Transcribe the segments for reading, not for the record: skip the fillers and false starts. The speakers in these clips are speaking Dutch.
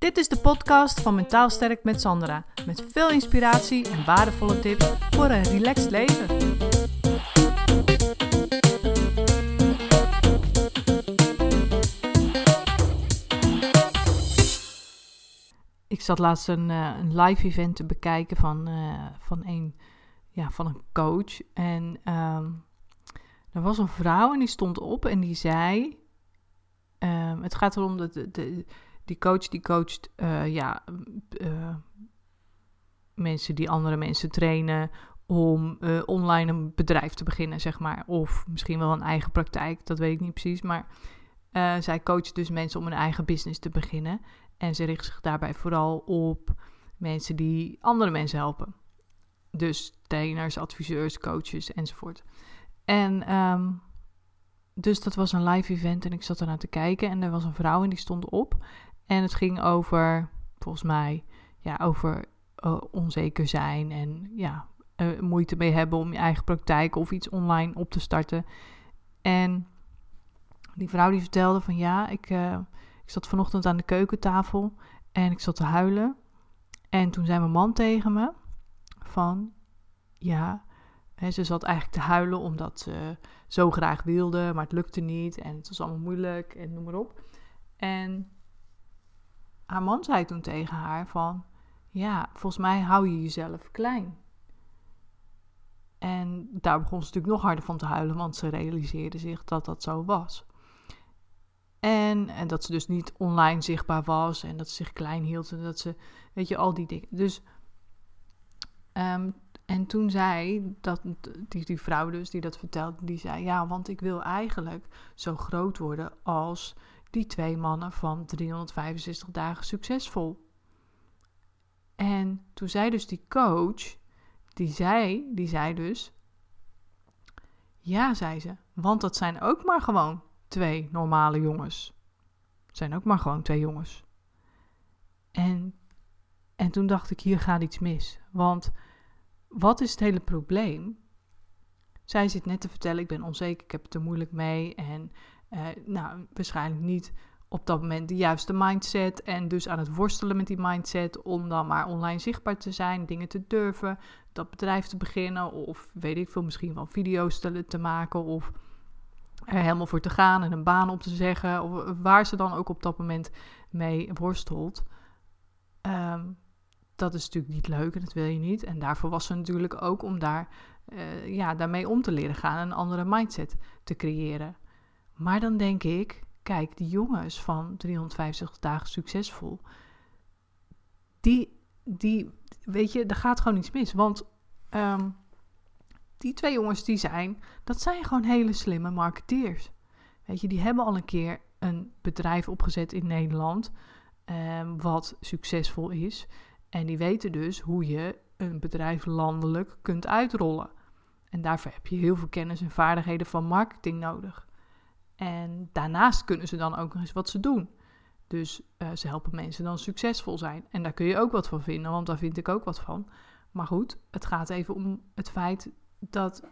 Dit is de podcast van Mentaal Sterk met Sandra. Met veel inspiratie en waardevolle tips voor een relaxed leven. Ik zat laatst een live event te bekijken van een coach. En er was een vrouw en die stond op en die zei... het gaat erom dat die coacht mensen die andere mensen trainen om online een bedrijf te beginnen, zeg maar. Of misschien wel een eigen praktijk, dat weet ik niet precies. Maar zij coacht dus mensen om een eigen business te beginnen. En ze richt zich daarbij vooral op mensen die andere mensen helpen. Dus trainers, adviseurs, coaches enzovoort. En dus dat was een live event en ik zat ernaar te kijken. En er was een vrouw en die stond op. En het ging over, volgens mij, over onzeker zijn en moeite mee hebben om je eigen praktijk of iets online op te starten. En die vrouw die vertelde van ik zat vanochtend aan de keukentafel en ik zat te huilen. En toen zei mijn man tegen me van, ze zat eigenlijk te huilen omdat ze zo graag wilde, maar het lukte niet en het was allemaal moeilijk en noem maar op. En haar man zei toen tegen haar van, volgens mij hou je jezelf klein. En daar begon ze natuurlijk nog harder van te huilen, want ze realiseerde zich dat dat zo was. En dat ze dus niet online zichtbaar was en dat ze zich klein hield en dat ze, al die dingen. Dus, en toen zei die vrouw dus die dat vertelde, die zei, want ik wil eigenlijk zo groot worden als die 2 mannen van 365 dagen succesvol. En toen zei dus die coach, die zei dus, zei ze, want dat zijn ook maar gewoon 2 normale jongens. Het zijn ook maar gewoon 2 jongens. En toen dacht ik, hier gaat iets mis. Want wat is het hele probleem? Zij zit net te vertellen, ik ben onzeker, ik heb het er moeilijk mee. En waarschijnlijk niet op dat moment de juiste mindset. En dus aan het worstelen met die mindset om dan maar online zichtbaar te zijn, dingen te durven, dat bedrijf te beginnen. Of weet ik veel, misschien wel video's te maken of er helemaal voor te gaan en een baan op te zeggen. Of waar ze dan ook op dat moment mee worstelt. Dat is natuurlijk niet leuk en dat wil je niet. En daarvoor was ze natuurlijk ook om daarmee om te leren gaan en een andere mindset te creëren. Maar dan denk ik, kijk, die jongens van 365 dagen succesvol, die weet je, er gaat gewoon iets mis. Want die 2 jongens dat zijn gewoon hele slimme marketeers. Weet je, die hebben al een keer een bedrijf opgezet in Nederland, wat succesvol is. En die weten dus hoe je een bedrijf landelijk kunt uitrollen. En daarvoor heb je heel veel kennis en vaardigheden van marketing nodig. En daarnaast kunnen ze dan ook nog eens wat ze doen. Dus ze helpen mensen dan succesvol zijn. En daar kun je ook wat van vinden, want daar vind ik ook wat van. Maar goed, het gaat even om het feit dat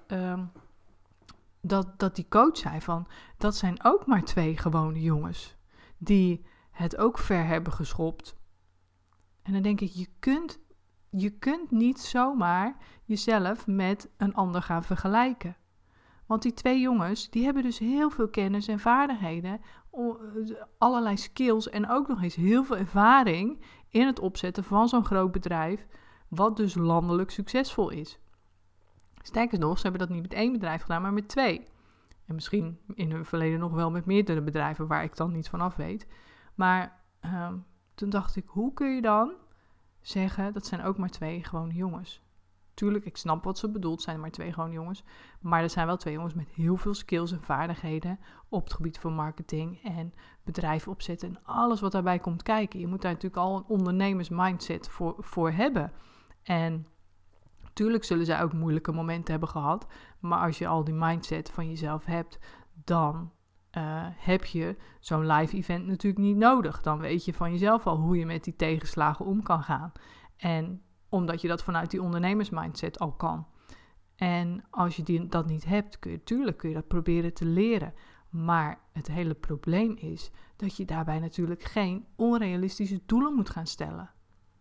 die coach zei van, dat zijn ook maar 2 gewone jongens die het ook ver hebben geschopt. En dan denk ik, je kunt niet zomaar jezelf met een ander gaan vergelijken. Want die 2 jongens, die hebben dus heel veel kennis en vaardigheden, allerlei skills en ook nog eens heel veel ervaring in het opzetten van zo'n groot bedrijf, wat dus landelijk succesvol is. Sterker nog, ze hebben dat niet met 1 bedrijf gedaan, maar met 2. En misschien in hun verleden nog wel met meerdere bedrijven, waar ik dan niet van af weet. Maar toen dacht ik, hoe kun je dan zeggen, dat zijn ook maar 2 gewone jongens. Tuurlijk, ik snap wat ze bedoelt, zijn maar 2 gewone jongens. Maar er zijn wel 2 jongens met heel veel skills en vaardigheden op het gebied van marketing en bedrijf opzetten en alles wat daarbij komt kijken. Je moet daar natuurlijk al een ondernemersmindset voor hebben. En tuurlijk zullen zij ook moeilijke momenten hebben gehad. Maar als je al die mindset van jezelf hebt, dan heb je zo'n live event natuurlijk niet nodig. Dan weet je van jezelf al hoe je met die tegenslagen om kan gaan. En omdat je dat vanuit die ondernemersmindset al kan. En als je dat niet hebt, kun je dat proberen te leren. Maar het hele probleem is dat je daarbij natuurlijk geen onrealistische doelen moet gaan stellen.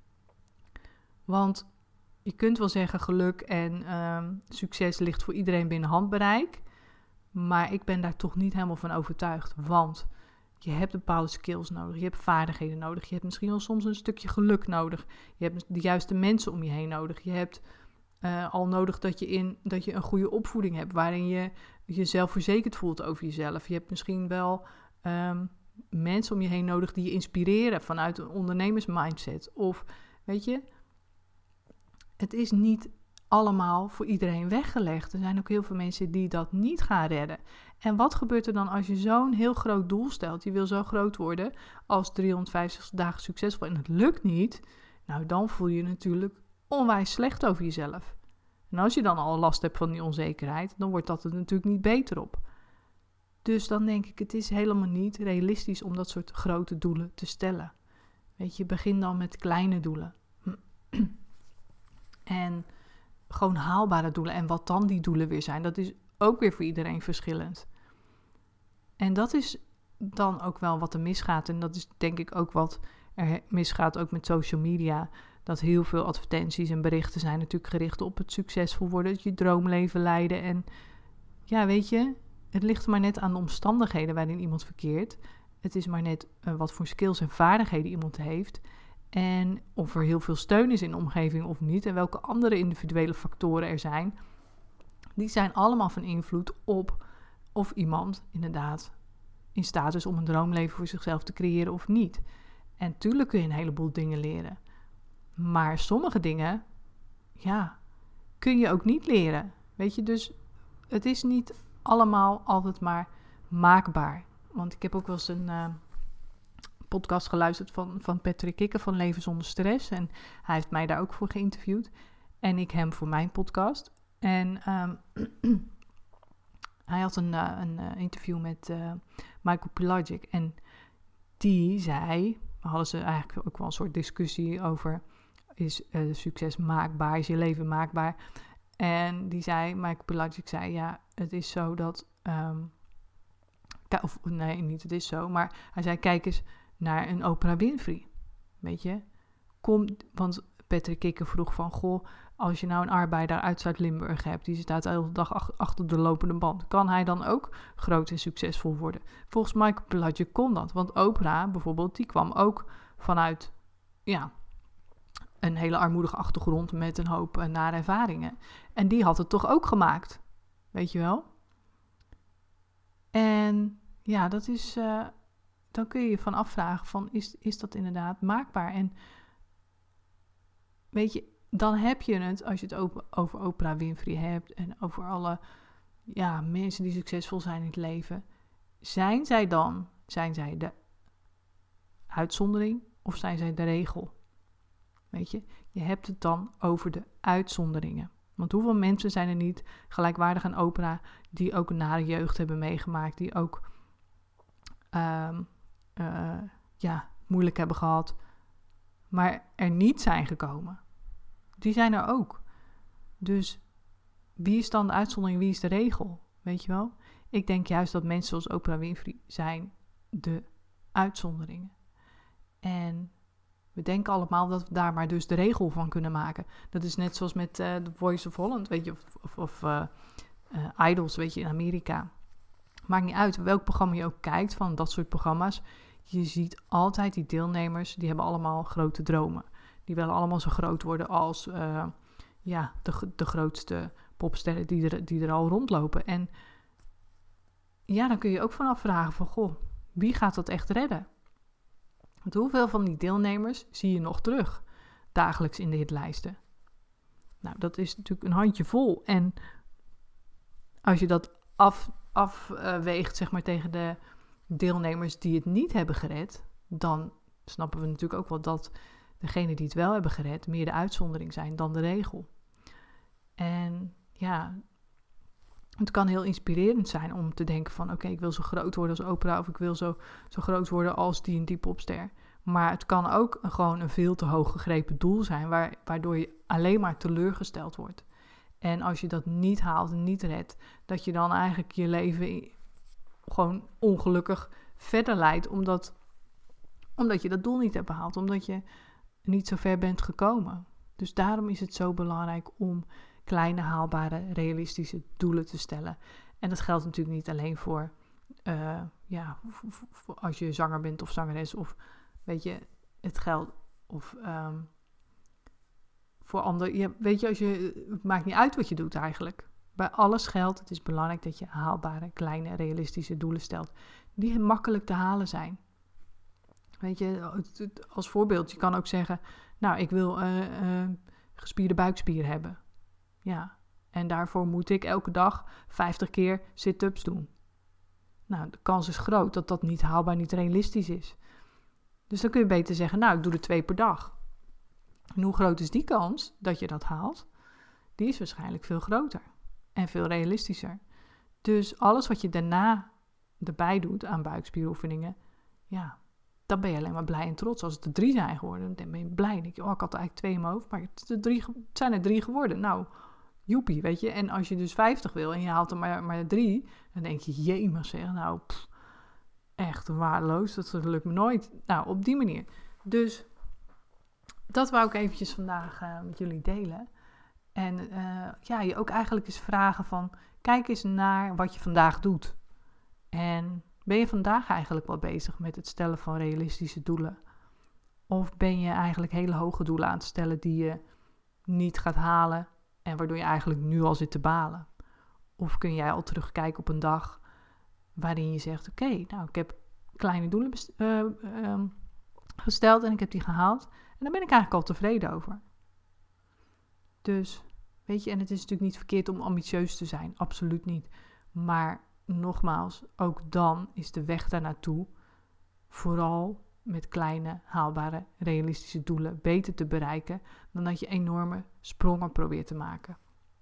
Want je kunt wel zeggen geluk en succes ligt voor iedereen binnen handbereik. Maar ik ben daar toch niet helemaal van overtuigd. Want je hebt bepaalde skills nodig. Je hebt vaardigheden nodig. Je hebt misschien wel soms een stukje geluk nodig. Je hebt de juiste mensen om je heen nodig. Je hebt al nodig dat je een goede opvoeding hebt. Waarin je jezelf verzekerd voelt over jezelf. Je hebt misschien wel mensen om je heen nodig die je inspireren vanuit een ondernemersmindset. Of weet je, het is niet allemaal voor iedereen weggelegd. Er zijn ook heel veel mensen die dat niet gaan redden. En wat gebeurt er dan als je zo'n heel groot doel stelt? Je wil zo groot worden als 350 dagen succesvol en het lukt niet. Nou, dan voel je je natuurlijk onwijs slecht over jezelf. En als je dan al last hebt van die onzekerheid, dan wordt dat er natuurlijk niet beter op. Dus dan denk ik, het is helemaal niet realistisch om dat soort grote doelen te stellen. Weet je, begin dan met kleine doelen. En gewoon haalbare doelen. En wat dan die doelen weer zijn, dat is ook weer voor iedereen verschillend. En dat is dan ook wel wat er misgaat. En dat is denk ik ook wat er misgaat ook met social media. Dat heel veel advertenties en berichten zijn natuurlijk gericht op het succesvol worden. Het je droomleven leiden. En ja, weet je, het ligt maar net aan de omstandigheden waarin iemand verkeert. Het is maar net wat voor skills en vaardigheden iemand heeft. En of er heel veel steun is in de omgeving of niet. En welke andere individuele factoren er zijn. Die zijn allemaal van invloed op of iemand inderdaad in staat is om een droomleven voor zichzelf te creëren of niet. En tuurlijk kun je een heleboel dingen leren. Maar sommige dingen, ja, kun je ook niet leren. Weet je, dus het is niet allemaal altijd maar maakbaar. Want ik heb ook wel eens een podcast geluisterd van Patrick Kikker van Leven zonder Stress. En hij heeft mij daar ook voor geïnterviewd. En ik hem voor mijn podcast. En hij had een interview met Michael Pilarczyk. En die zei, hadden ze eigenlijk ook wel een soort discussie over, is succes maakbaar, is je leven maakbaar? En die zei, Michael Pilarczyk zei, ja, het is zo dat, of nee, niet het is zo, maar hij zei, kijk eens naar een Oprah Winfrey, weet je? Want Patrick Kikker vroeg van, goh, als je nou een arbeider uit Zuid-Limburg hebt, die staat de hele dag achter de lopende band, kan hij dan ook groot en succesvol worden? Volgens Michael Pilarczyk kon dat, want Oprah bijvoorbeeld, die kwam ook vanuit, ja, een hele armoedige achtergrond met een hoop nare ervaringen. En die had het toch ook gemaakt, weet je wel? En ja, dat is, dan kun je je van afvragen van, is dat inderdaad maakbaar? En weet je, dan heb je het, als je het over Oprah Winfrey hebt en over alle mensen die succesvol zijn in het leven. Zijn zij de uitzondering of zijn zij de regel? Weet je, je hebt het dan over de uitzonderingen. Want hoeveel mensen zijn er niet gelijkwaardig aan Oprah die ook een nare jeugd hebben meegemaakt, die ook moeilijk hebben gehad, maar er niet zijn gekomen. Die zijn er ook. Dus wie is dan de uitzondering, wie is de regel? Weet je wel? Ik denk juist dat mensen zoals Oprah Winfrey zijn de uitzonderingen. En we denken allemaal dat we daar maar dus de regel van kunnen maken. Dat is net zoals met The Voice of Holland, weet je, of Idols, weet je, in Amerika. Maakt niet uit welk programma je ook kijkt van dat soort programma's. Je ziet altijd die deelnemers, die hebben allemaal grote dromen. Die willen allemaal zo groot worden als de grootste popsterren die er al rondlopen. En ja, dan kun je ook van afvragen van, goh, wie gaat dat echt redden? Want hoeveel van die deelnemers zie je nog terug dagelijks in de hitlijsten? Nou, dat is natuurlijk een handjevol. En als je dat afweegt, zeg maar, tegen de deelnemers die het niet hebben gered, dan snappen we natuurlijk ook wel dat degenen die het wel hebben gered meer de uitzondering zijn dan de regel. En ja, het kan heel inspirerend zijn om te denken van, oké, ik wil zo groot worden als Oprah of ik wil zo groot worden als die en die popster. Maar het kan ook gewoon een veel te hoog gegrepen doel zijn, waardoor je alleen maar teleurgesteld wordt. En als je dat niet haalt en niet redt, dat je dan eigenlijk je leven gewoon ongelukkig verder leidt omdat je dat doel niet hebt behaald, omdat je niet zo ver bent gekomen. Dus daarom is het zo belangrijk om kleine, haalbare, realistische doelen te stellen. En dat geldt natuurlijk niet alleen voor als je zanger bent of zangeres, of weet je, het geldt of voor anderen. Ja, weet je, het maakt niet uit wat je doet eigenlijk. Bij alles geldt, het is belangrijk dat je haalbare, kleine, realistische doelen stelt, die makkelijk te halen zijn. Weet je, als voorbeeld, je kan ook zeggen, nou, ik wil gespierde buikspier hebben. Ja, en daarvoor moet ik elke dag 50 keer sit-ups doen. Nou, de kans is groot dat dat niet haalbaar, niet realistisch is. Dus dan kun je beter zeggen, nou, ik doe er 2 per dag. En hoe groot is die kans dat je dat haalt? Die is waarschijnlijk veel groter en veel realistischer. Dus alles wat je daarna erbij doet aan buikspieroefeningen, ja, dan ben je alleen maar blij en trots. Als het er 3 zijn geworden, dan ben je blij. Dan denk je, ik had er eigenlijk 2 in mijn hoofd, maar het zijn er 3 geworden. Nou, joepie, weet je. En als je dus 50 wil en je haalt er maar 3, dan denk je, jemig zeg, nou, echt waardeloos, dat lukt me nooit. Nou, op die manier. Dus dat wou ik eventjes vandaag met jullie delen. En je ook eigenlijk eens vragen van, kijk eens naar wat je vandaag doet. En ben je vandaag eigenlijk wel bezig met het stellen van realistische doelen? Of ben je eigenlijk hele hoge doelen aan het stellen die je niet gaat halen en waardoor je eigenlijk nu al zit te balen? Of kun jij al terugkijken op een dag waarin je zegt, oké, nou, ik heb kleine doelen gesteld en ik heb die gehaald. En daar ben ik eigenlijk al tevreden over. Dus, weet je, en het is natuurlijk niet verkeerd om ambitieus te zijn. Absoluut niet. Maar nogmaals, ook dan is de weg daar naartoe vooral met kleine, haalbare, realistische doelen beter te bereiken dan dat je enorme sprongen probeert te maken.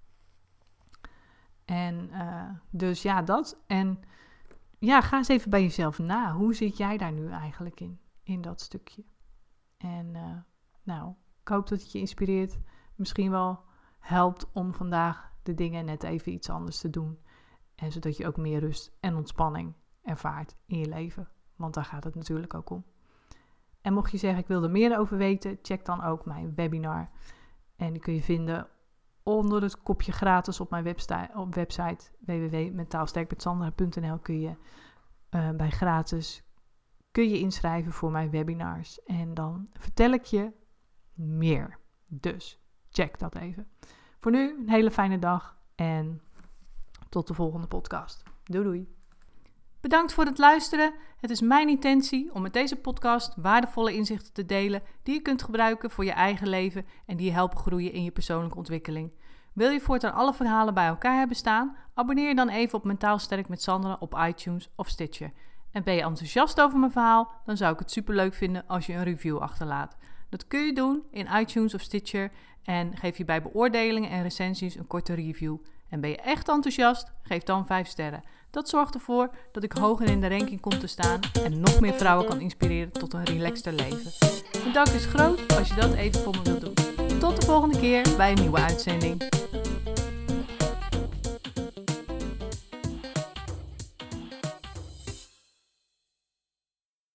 En dus ja, dat. En ja, ga eens even bij jezelf na. Hoe zit jij daar nu eigenlijk in dat stukje? En ik hoop dat het je inspireert. Misschien wel helpt om vandaag de dingen net even iets anders te doen. En zodat je ook meer rust en ontspanning ervaart in je leven. Want daar gaat het natuurlijk ook om. En mocht je zeggen, ik wil er meer over weten, check dan ook mijn webinar. En die kun je vinden onder het kopje gratis op mijn website www.mentaalsterkmetsandra.nl kun je bij gratis kun je inschrijven voor mijn webinars. En dan vertel ik je meer. Dus check dat even. Voor nu een hele fijne dag en tot de volgende podcast. Doei doei. Bedankt voor het luisteren. Het is mijn intentie om met deze podcast waardevolle inzichten te delen die je kunt gebruiken voor je eigen leven en die je helpen groeien in je persoonlijke ontwikkeling. Wil je voortaan alle verhalen bij elkaar hebben staan? Abonneer je dan even op Mentaal Sterk met Sandra op iTunes of Stitcher. En ben je enthousiast over mijn verhaal? Dan zou ik het superleuk vinden als je een review achterlaat. Dat kun je doen in iTunes of Stitcher en geef je bij beoordelingen en recensies een korte review. En ben je echt enthousiast? Geef dan 5 sterren. Dat zorgt ervoor dat ik hoger in de ranking kom te staan en nog meer vrouwen kan inspireren tot een relaxter leven. Mijn dank is groot als je dat even voor me wilt doen. Tot de volgende keer bij een nieuwe uitzending.